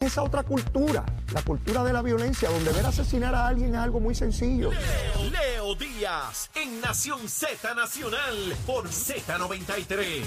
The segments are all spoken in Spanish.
esa otra cultura, la cultura de la violencia, donde ver asesinar a alguien es algo muy sencillo. Leo Díaz en Nación Z Nacional por Z93.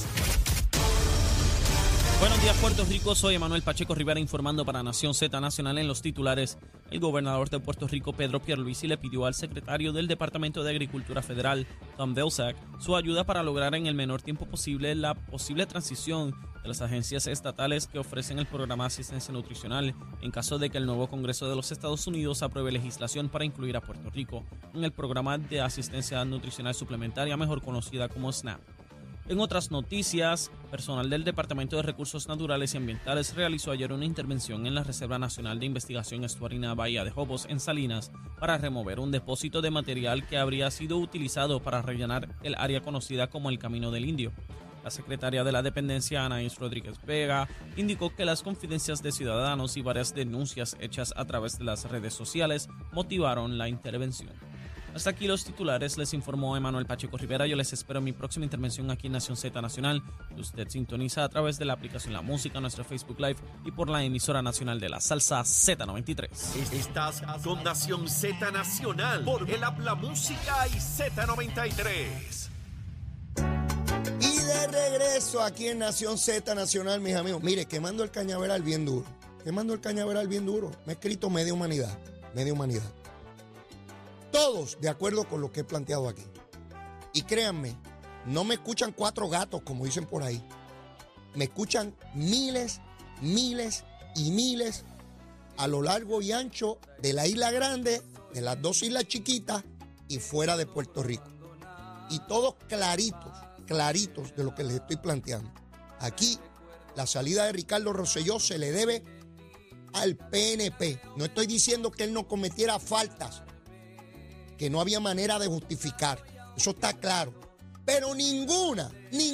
Buenos días, Puerto Rico. Soy Emanuel Pacheco Rivera informando para Nación Z Nacional. En los titulares, el gobernador de Puerto Rico, Pedro Pierluisi, le pidió al secretario del Departamento de Agricultura Federal, Tom Vilsack, su ayuda para lograr en el menor tiempo posible la posible transición de las agencias estatales que ofrecen el programa de asistencia nutricional en caso de que el nuevo Congreso de los Estados Unidos apruebe legislación para incluir a Puerto Rico en el programa de asistencia nutricional suplementaria, mejor conocida como SNAP. En otras noticias, personal del Departamento de Recursos Naturales y Ambientales realizó ayer una intervención en la Reserva Nacional de Investigación Estuarina Bahía de Jobos, en Salinas, para remover un depósito de material que habría sido utilizado para rellenar el área conocida como el Camino del Indio. La secretaria de la dependencia, Anaís Rodríguez Vega, indicó que las confidencias de ciudadanos y varias denuncias hechas a través de las redes sociales motivaron la intervención. Hasta aquí los titulares, les informó Emanuel Pacheco Rivera. Yo les espero en mi próxima intervención aquí en Nación Z Nacional, que usted sintoniza a través de la aplicación La Música, nuestro Facebook Live y por la emisora nacional de la salsa Z93. Estás con Nación Z Nacional por el app La Música y Z93. Y de regreso aquí en Nación Z Nacional, mis amigos. Mire, quemando el cañaveral bien duro. Quemando el cañaveral bien duro. Me he escrito media humanidad. Media humanidad. Todos de acuerdo con lo que he planteado aquí. Y créanme, no me escuchan 4 gatos, como dicen por ahí. Me escuchan miles, miles y miles a lo largo y ancho de la isla grande, de las 2 islas chiquitas y fuera de Puerto Rico. Y todos claritos de lo que les estoy planteando. Aquí, la salida de Ricardo Rosselló se le debe al PNP. No estoy diciendo que él no cometiera faltas, que no había manera de justificar. Eso está claro. Pero ninguna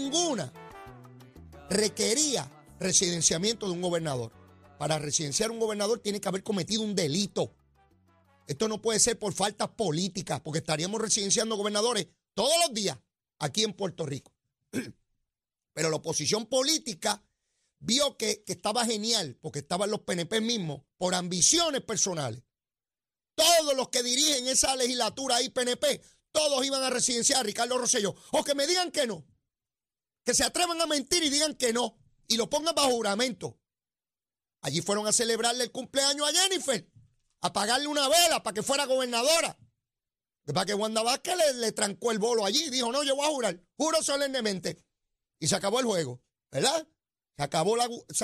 requería residenciamiento de un gobernador. Para residenciar un gobernador tiene que haber cometido un delito. Esto no puede ser por faltas políticas, porque estaríamos residenciando gobernadores todos los días aquí en Puerto Rico. Pero la oposición política vio que estaba genial, porque estaban los PNP mismos, por ambiciones personales. Todos los que dirigen esa legislatura ahí, PNP, todos iban a residenciar a Ricardo Rosselló. O que me digan que no. Que se atrevan a mentir y digan que no. Y lo pongan bajo juramento. Allí fueron a celebrarle el cumpleaños a Jennifer. A pagarle una vela para que fuera gobernadora. Para que Wanda Vázquez le trancó el bolo allí. Dijo, no, yo voy a jurar. Juro solemnemente. Y se acabó el juego. ¿Verdad? Se acabó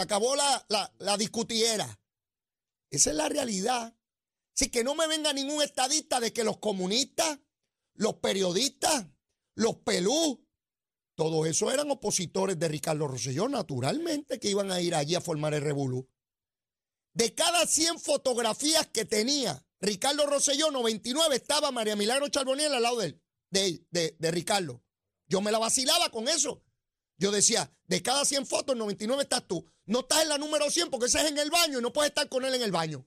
la discutiera. Esa es la realidad. Así que no me venga ningún estadista de que los comunistas, los periodistas, los pelú, todos esos eran opositores de Ricardo Rosselló, naturalmente que iban a ir allí a formar el revolú. De cada 100 fotografías que tenía Ricardo Rosselló, 99 estaba María Milagro Charboniel al lado de Ricardo. Yo me la vacilaba con eso. Yo decía, de cada 100 fotos, 99 estás tú. No estás en la número 100 porque esa es en el baño y no puedes estar con él en el baño.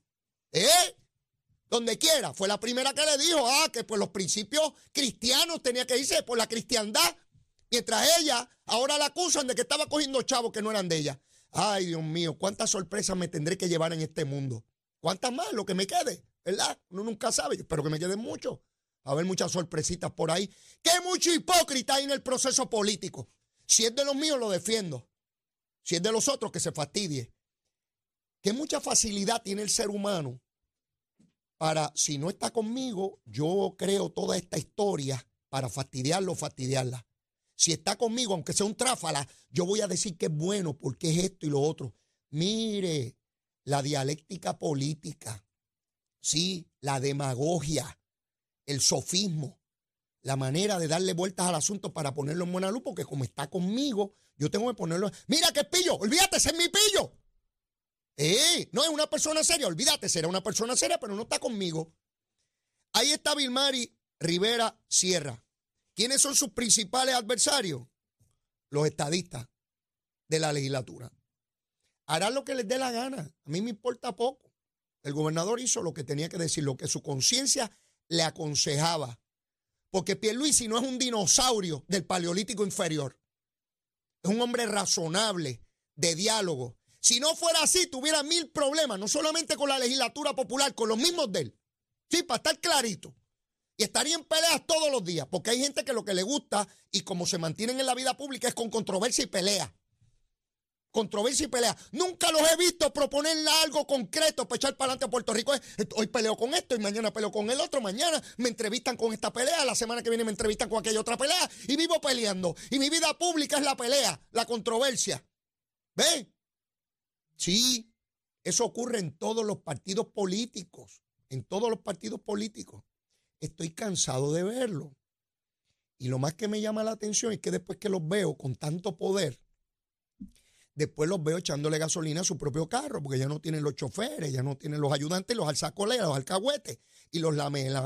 Donde quiera. Fue la primera que le dijo, que pues los principios cristianos tenía que irse por la cristiandad. Mientras ella, ahora la acusan de que estaba cogiendo chavos que no eran de ella. Ay, Dios mío, cuántas sorpresas me tendré que llevar en este mundo. ¿Cuántas más? Lo que me quede, ¿verdad? Uno nunca sabe. Espero que me queden mucho. Va a haber muchas sorpresitas por ahí. Que mucho hipócrita hay en el proceso político. Si es de los míos, lo defiendo. Si es de los otros, que se fastidie. Que mucha facilidad tiene el ser humano para, si no está conmigo, yo creo toda esta historia para fastidiarla. Si está conmigo, aunque sea un tráfala, yo voy a decir que es bueno porque es esto y lo otro. Mire, la dialéctica política, sí, la demagogia, el sofismo, la manera de darle vueltas al asunto para ponerlo en buena luz, porque como está conmigo, yo tengo que ponerlo. Mira que es pillo, olvídate, ese es mi pillo. No es una persona seria, olvídate, será una persona seria, pero no está conmigo. Ahí está Vilmary Rivera Sierra. ¿Quiénes son sus principales adversarios? Los estadistas de la legislatura. Harán lo que les dé la gana. A mí me importa poco. El gobernador hizo lo que tenía que decir, lo que su conciencia le aconsejaba. Porque Pierluisi no es un dinosaurio del Paleolítico inferior. Es un hombre razonable, de diálogo. Si no fuera así, tuviera 1000 problemas, no solamente con la legislatura popular, con los mismos de él. Sí, para estar clarito. Y estaría en peleas todos los días, porque hay gente que lo que le gusta y como se mantienen en la vida pública es con controversia y pelea. Controversia y pelea. Nunca los he visto proponerle algo concreto para echar para adelante a Puerto Rico. Hoy peleo con esto y mañana peleo con el otro. Mañana me entrevistan con esta pelea. La semana que viene me entrevistan con aquella otra pelea. Y vivo peleando. Y mi vida pública es la pelea, la controversia. ¿Ven? Sí, eso ocurre en todos los partidos políticos. En todos los partidos políticos. Estoy cansado de verlo. Y lo más que me llama la atención es que después que los veo con tanto poder, después los veo echándole gasolina a su propio carro, porque ya no tienen los choferes, ya no tienen los ayudantes, los alzacoleras, los alcahuetes y los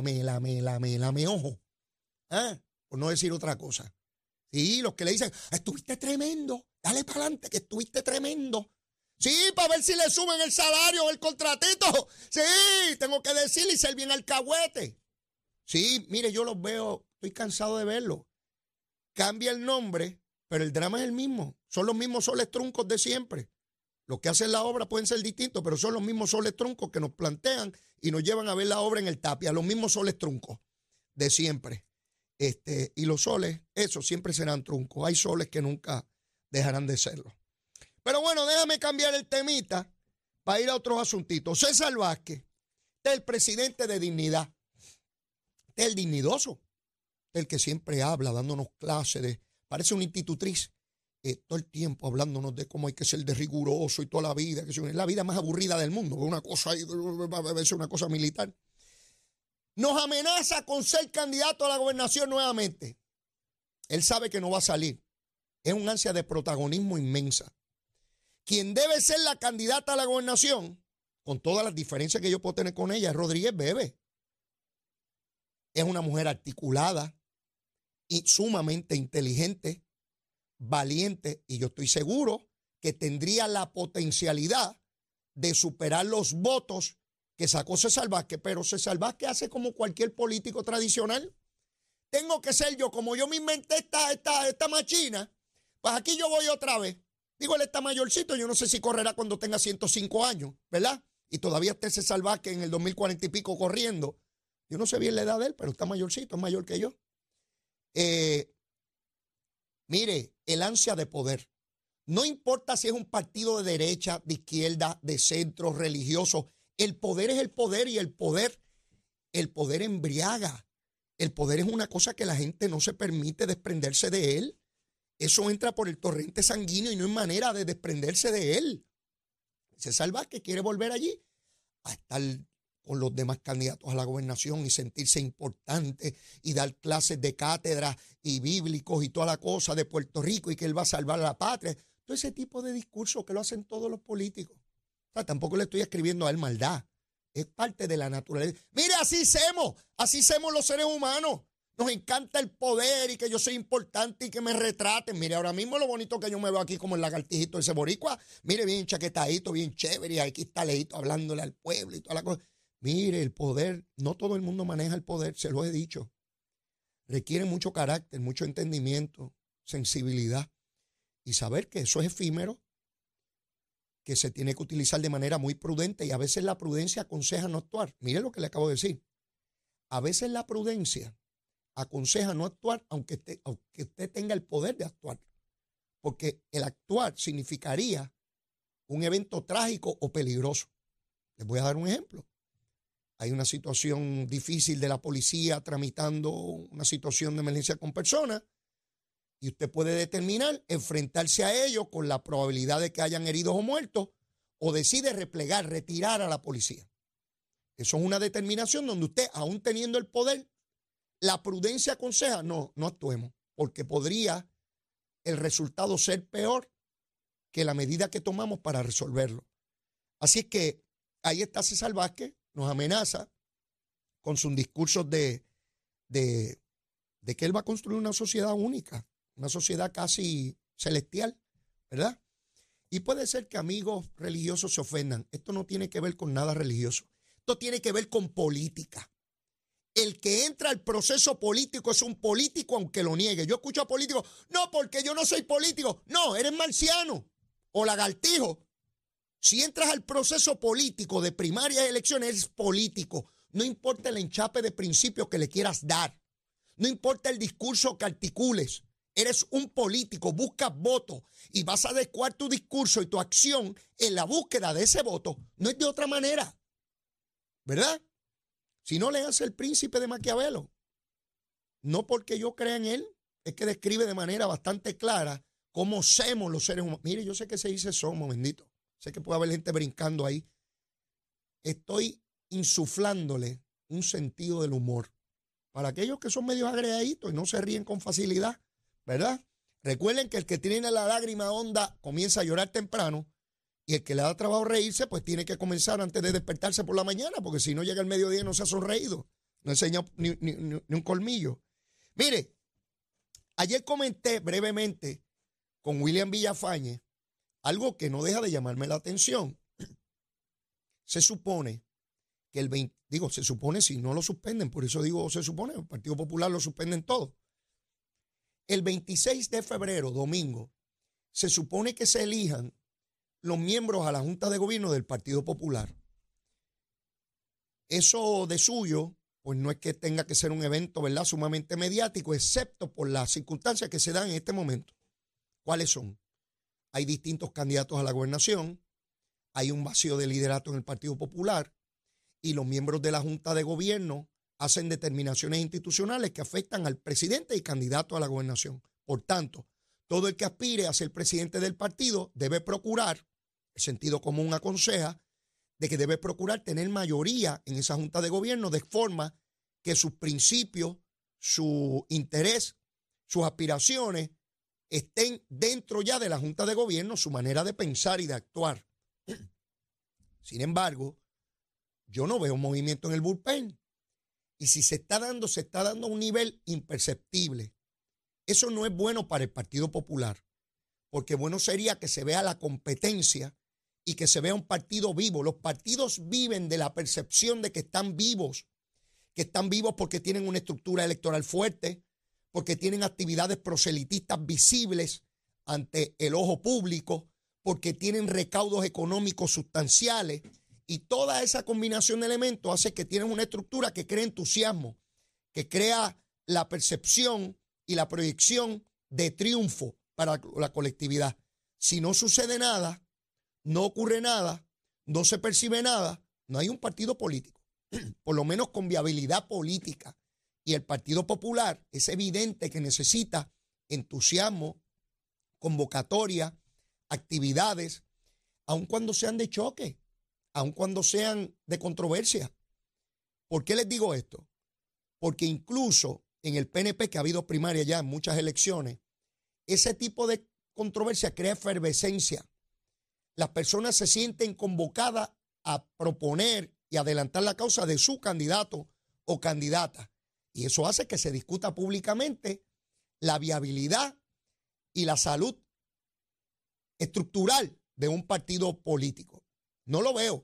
lameojos. ¿Ah? Por no decir otra cosa. Sí, los que le dicen, estuviste tremendo, dale para adelante, que estuviste tremendo. Sí, para ver si le suben el salario o el contratito. Sí, tengo que decirle y ser bien alcahuete. Sí, mire, yo los veo, estoy cansado de verlo. Cambia el nombre, pero el drama es el mismo. Son los mismos soles truncos de siempre. Los que hacen la obra pueden ser distintos, pero son los mismos soles truncos que nos plantean y nos llevan a ver la obra en el Tapia. Los mismos soles truncos de siempre. Y los soles, esos siempre serán truncos. Hay soles que nunca dejarán de serlo. Pero bueno, déjame cambiar el temita para ir a otros asuntitos. César Vázquez, el presidente de Dignidad. El dignidoso, el que siempre habla, dándonos clases, parece una institutriz, todo el tiempo hablándonos de cómo hay que ser de riguroso y toda la vida, que es la vida más aburrida del mundo, una cosa ahí, a veces una cosa militar. Nos amenaza con ser candidato a la gobernación nuevamente. Él sabe que no va a salir. Es un ansia de protagonismo inmensa. Quien debe ser la candidata a la gobernación, con todas las diferencias que yo puedo tener con ella, es Rodríguez Bebe. Es una mujer articulada y sumamente inteligente, valiente, y yo estoy seguro que tendría la potencialidad de superar los votos que sacó César Vázquez, pero César Vázquez hace como cualquier político tradicional. Tengo que ser yo, como yo me inventé esta machina, pues aquí yo voy otra vez. Digo, él está mayorcito, yo no sé si correrá cuando tenga 105 años, ¿verdad? Y todavía está César Vázquez en el 2040 y pico corriendo. Yo no sé bien la edad de él, pero está mayorcito, es mayor que yo. Mire, el ansia de poder. No importa si es un partido de derecha, de izquierda, de centro, religioso. El poder es el poder y el poder embriaga. El poder es una cosa que la gente no se permite desprenderse de él. Eso entra por el torrente sanguíneo y no hay manera de desprenderse de él. César Vázquez quiere volver allí a estar con los demás candidatos a la gobernación y sentirse importante y dar clases de cátedra y bíblicos y toda la cosa de Puerto Rico y que él va a salvar a la patria. Todo ese tipo de discurso que lo hacen todos los políticos. O sea, tampoco le estoy escribiendo a él maldad. Es parte de la naturaleza. Mire, así somos los seres humanos. Nos encanta el poder y que yo soy importante y que me retraten. Mire, ahora mismo lo bonito que yo me veo aquí como el lagartijito ese boricua. Mire, bien chaquetadito, bien chévere. Y aquí está lejito hablándole al pueblo y toda la cosa. Mire, el poder, no todo el mundo maneja el poder, se lo he dicho. Requiere mucho carácter, mucho entendimiento, sensibilidad y saber que eso es efímero, que se tiene que utilizar de manera muy prudente y a veces la prudencia aconseja no actuar. Mire lo que le acabo de decir. A veces la prudencia aconseja no actuar aunque usted tenga el poder de actuar, porque el actuar significaría un evento trágico o peligroso. Les voy a dar un ejemplo. Hay una situación difícil de la policía tramitando una situación de emergencia con personas y usted puede determinar enfrentarse a ellos con la probabilidad de que hayan heridos o muertos o decide replegar, retirar a la policía. Eso es una determinación donde usted, aún teniendo el poder, la prudencia aconseja, no actuemos, porque podría el resultado ser peor que la medida que tomamos para resolverlo. Así es que ahí está César Vázquez. Nos amenaza con sus discursos de que él va a construir una sociedad única, una sociedad casi celestial, ¿verdad? Y puede ser que amigos religiosos se ofendan. Esto no tiene que ver con nada religioso. Esto tiene que ver con política. El que entra al proceso político es un político aunque lo niegue. Yo escucho a políticos, no, porque yo no soy político. No, eres marciano o lagartijo. Si entras al proceso político de primarias y elecciones, eres político. No importa el enchape de principios que le quieras dar. No importa el discurso que articules. Eres un político, buscas votos y vas a adecuar tu discurso y tu acción en la búsqueda de ese voto. No es de otra manera, ¿verdad? Si no, léanse El Príncipe de Maquiavelo. No porque yo crea en él, es que describe de manera bastante clara cómo somos los seres humanos. Mire, yo sé que se dice somos, bendito. Sé que puede haber gente brincando ahí. Estoy insuflándole un sentido del humor para aquellos que son medios agregaditos y no se ríen con facilidad, ¿verdad? Recuerden que el que tiene la lágrima honda comienza a llorar temprano y el que le da trabajo reírse, pues tiene que comenzar antes de despertarse por la mañana, porque si no llega el mediodía y no se ha sonreído, no enseña ni un colmillo. Mire, ayer comenté brevemente con William Villafañe algo que no deja de llamarme la atención. Se supone que se supone si no lo suspenden, por eso digo se supone, el Partido Popular lo suspenden todo. El 26 de febrero, domingo, se supone que se elijan los miembros a la Junta de Gobierno del Partido Popular. Eso de suyo, pues no es que tenga que ser un evento, ¿verdad?, sumamente mediático, excepto por las circunstancias que se dan en este momento. ¿Cuáles son? Hay distintos candidatos a la gobernación, hay un vacío de liderato en el Partido Popular y los miembros de la Junta de Gobierno hacen determinaciones institucionales que afectan al presidente y candidato a la gobernación. Por tanto, todo el que aspire a ser presidente del partido debe procurar, el sentido común aconseja, de que debe procurar tener mayoría en esa Junta de Gobierno de forma que sus principios, su interés, sus aspiraciones estén dentro ya de la Junta de Gobierno, su manera de pensar y de actuar. Sin embargo, yo no veo movimiento en el bullpen. Y si se está dando a un nivel imperceptible. Eso no es bueno para el Partido Popular, porque bueno sería que se vea la competencia y que se vea un partido vivo. Los partidos viven de la percepción de que están vivos porque tienen una estructura electoral fuerte, porque tienen actividades proselitistas visibles ante el ojo público, porque tienen recaudos económicos sustanciales. Y toda esa combinación de elementos hace que tienen una estructura que crea entusiasmo, que crea la percepción y la proyección de triunfo para la colectividad. Si no sucede nada, no ocurre nada, no se percibe nada, no hay un partido político, por lo menos con viabilidad política. Y el Partido Popular es evidente que necesita entusiasmo, convocatoria, actividades, aun cuando sean de choque, aun cuando sean de controversia. ¿Por qué les digo esto? Porque incluso en el PNP, que ha habido primaria ya en muchas elecciones, ese tipo de controversia crea efervescencia. Las personas se sienten convocadas a proponer y adelantar la causa de su candidato o candidata. Y eso hace que se discuta públicamente la viabilidad y la salud estructural de un partido político. No lo veo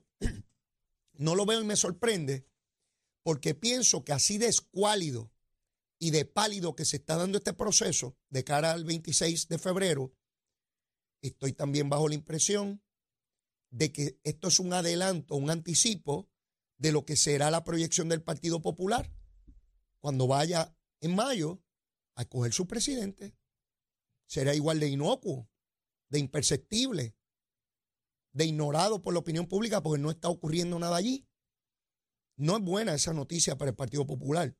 y me sorprende porque pienso que así de escuálido y de pálido que se está dando este proceso de cara al 26 de febrero, estoy también bajo la impresión de que esto es un adelanto, un anticipo de lo que será la proyección del Partido Popular cuando vaya en mayo a escoger su presidente. Será igual de inocuo, de imperceptible, de ignorado por la opinión pública porque no está ocurriendo nada allí. No es buena esa noticia para el Partido Popular.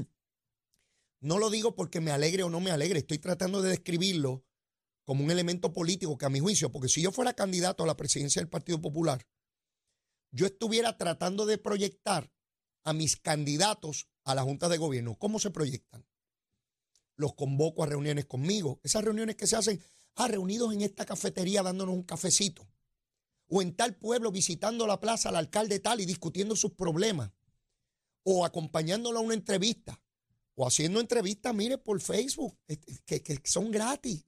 No lo digo porque me alegre o no me alegre, estoy tratando de describirlo como un elemento político que a mi juicio, porque si yo fuera candidato a la presidencia del Partido Popular, yo estuviera tratando de proyectar a mis candidatos a la Junta de Gobierno. ¿Cómo se proyectan? Los convoco a reuniones conmigo. Esas reuniones que se hacen, reunidos en esta cafetería dándonos un cafecito. O en tal pueblo visitando la plaza al alcalde tal y discutiendo sus problemas. O acompañándolo a una entrevista. O haciendo entrevistas, mire, por Facebook, que son gratis,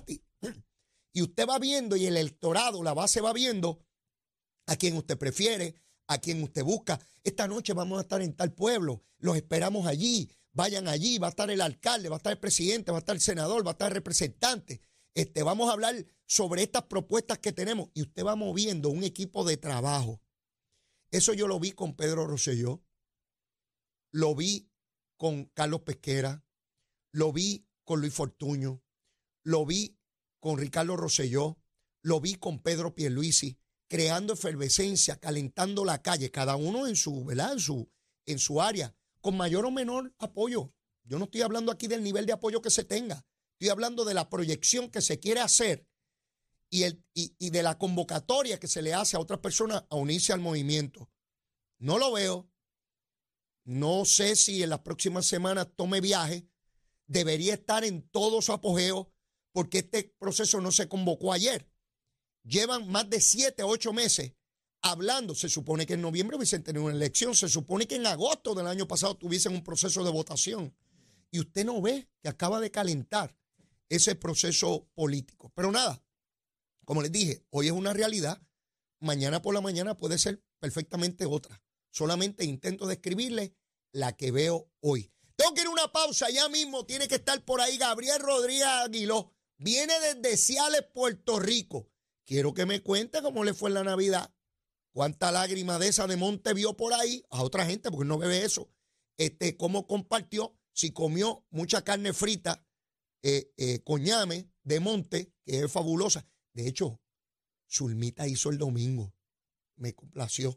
Y usted va viendo y el electorado, la base va viendo a quien usted prefiere, a quien usted busca. Esta noche vamos a estar en tal pueblo, los esperamos allí, vayan allí, va a estar el alcalde, va a estar el presidente, va a estar el senador, va a estar el representante. Vamos a hablar sobre estas propuestas que tenemos y usted va moviendo un equipo de trabajo. Eso yo lo vi con Pedro Rosselló, lo vi con Carlos Pesquera, lo vi con Luis Fortuño, lo vi con Ricardo Rosselló, lo vi con Pedro Pierluisi, creando efervescencia, calentando la calle, cada uno en su, ¿verdad? En su área, con mayor o menor apoyo. Yo no estoy hablando aquí del nivel de apoyo que se tenga, estoy hablando de la proyección que se quiere hacer y de la convocatoria que se le hace a otras personas a unirse al movimiento. No lo veo. No sé si en las próximas semanas tome viaje. Debería estar en todo su apogeo porque este proceso no se convocó ayer. Llevan más de 7, 8 meses hablando. Se supone que en noviembre hubiesen tenido una elección. Se supone que en agosto del año pasado tuviesen un proceso de votación. Y usted no ve que acaba de calentar ese proceso político. Pero nada, como les dije, hoy es una realidad. Mañana por la mañana puede ser perfectamente otra. Solamente intento describirle la que veo hoy. Tengo que ir a una pausa. Ya mismo tiene que estar por ahí Gabriel Rodríguez Aguiló. Viene desde Ciales, Puerto Rico. Quiero que me cuente cómo le fue en la Navidad. Cuánta lágrima de esa de monte vio por ahí a otra gente, porque no bebe eso. Cómo compartió, si comió mucha carne frita con ñame de monte, que es fabulosa. De hecho, Zulmita hizo el domingo. Me complació.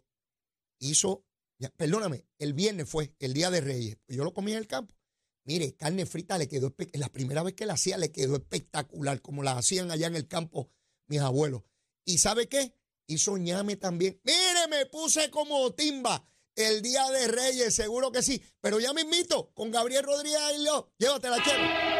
El viernes fue el Día de Reyes. Yo lo comí en el campo. Mire, carne frita le quedó, la primera vez que la hacía le quedó espectacular, como la hacían allá en el campo mis abuelos. ¿Y sabe qué? Hizo ñame también. Mire, me puse como timba el Día de Reyes, seguro que sí. Pero ya mismito, con Gabriel Rodríguez Aguiló. Llévatela, Chero.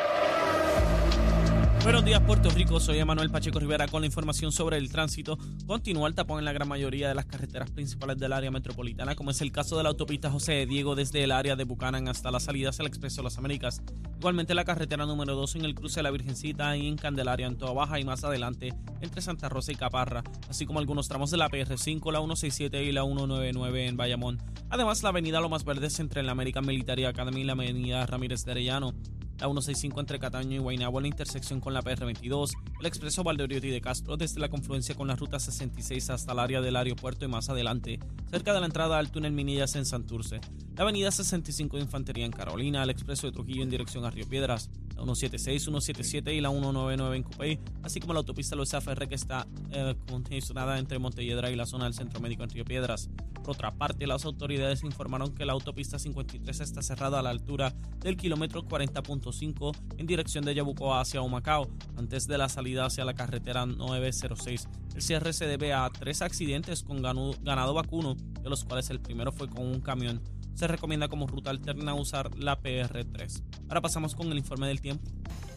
Buenos días, Puerto Rico. Soy Emanuel Pacheco Rivera con la información sobre el tránsito. Continúa el tapón en la gran mayoría de las carreteras principales del área metropolitana, como es el caso de la autopista José de Diego desde el área de Buchanan hasta la salida hacia el Expreso de las Américas. Igualmente la carretera número 2 en el cruce de la Virgencita y en Candelaria, en Toa Baja y más adelante entre Santa Rosa y Caparra, así como algunos tramos de la PR5, la 167 y la 199 en Bayamón. Además, la avenida Lomas Verdes entre la American Military Academy y la avenida Ramírez de Arellano. La 165 entre Cataño y Guaynabo en la intersección con la PR22, el expreso Valdoriotti de Castro desde la confluencia con la ruta 66 hasta el área del aeropuerto y más adelante, cerca de la entrada al túnel Minillas en Santurce, la avenida 65 de Infantería en Carolina, el expreso de Trujillo en dirección a Río Piedras, la 176, 177 y la 199 en Cupey, así como la autopista Luisa Ferré que está congestionada entre Montelledra y la zona del Centro Médico en Río Piedras. Por otra parte, las autoridades informaron que la autopista 53 está cerrada a la altura del kilómetro 40.5 en dirección de Yabucoa hacia Humacao, antes de la salida hacia la carretera 906. El cierre se debe a 3 accidentes con ganado vacuno, de los cuales el primero fue con un camión. Se recomienda como ruta alterna usar la PR3. Ahora pasamos con el informe del tiempo.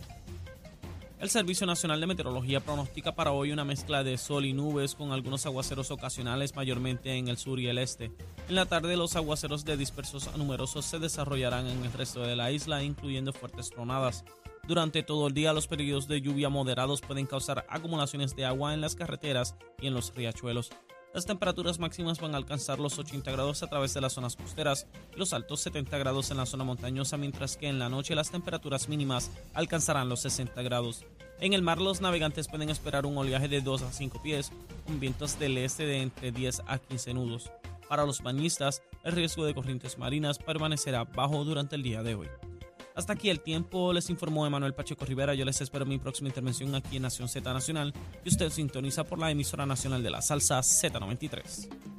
El Servicio Nacional de Meteorología pronostica para hoy una mezcla de sol y nubes con algunos aguaceros ocasionales mayormente en el sur y el este. En la tarde los aguaceros de dispersos a numerosos se desarrollarán en el resto de la isla, incluyendo fuertes tronadas. Durante todo el día los periodos de lluvia moderados pueden causar acumulaciones de agua en las carreteras y en los riachuelos. Las temperaturas máximas van a alcanzar los 80 grados a través de las zonas costeras y los altos 70 grados en la zona montañosa, mientras que en la noche las temperaturas mínimas alcanzarán los 60 grados. En el mar los navegantes pueden esperar un oleaje de 2 a 5 pies, con vientos del este de entre 10 a 15 nudos. Para los bañistas, el riesgo de corrientes marinas permanecerá bajo durante el día de hoy. Hasta aquí el tiempo, les informó Emanuel Pacheco Rivera. Yo les espero en mi próxima intervención aquí en Nación Z Nacional, y usted sintoniza por la emisora nacional de la salsa Z93.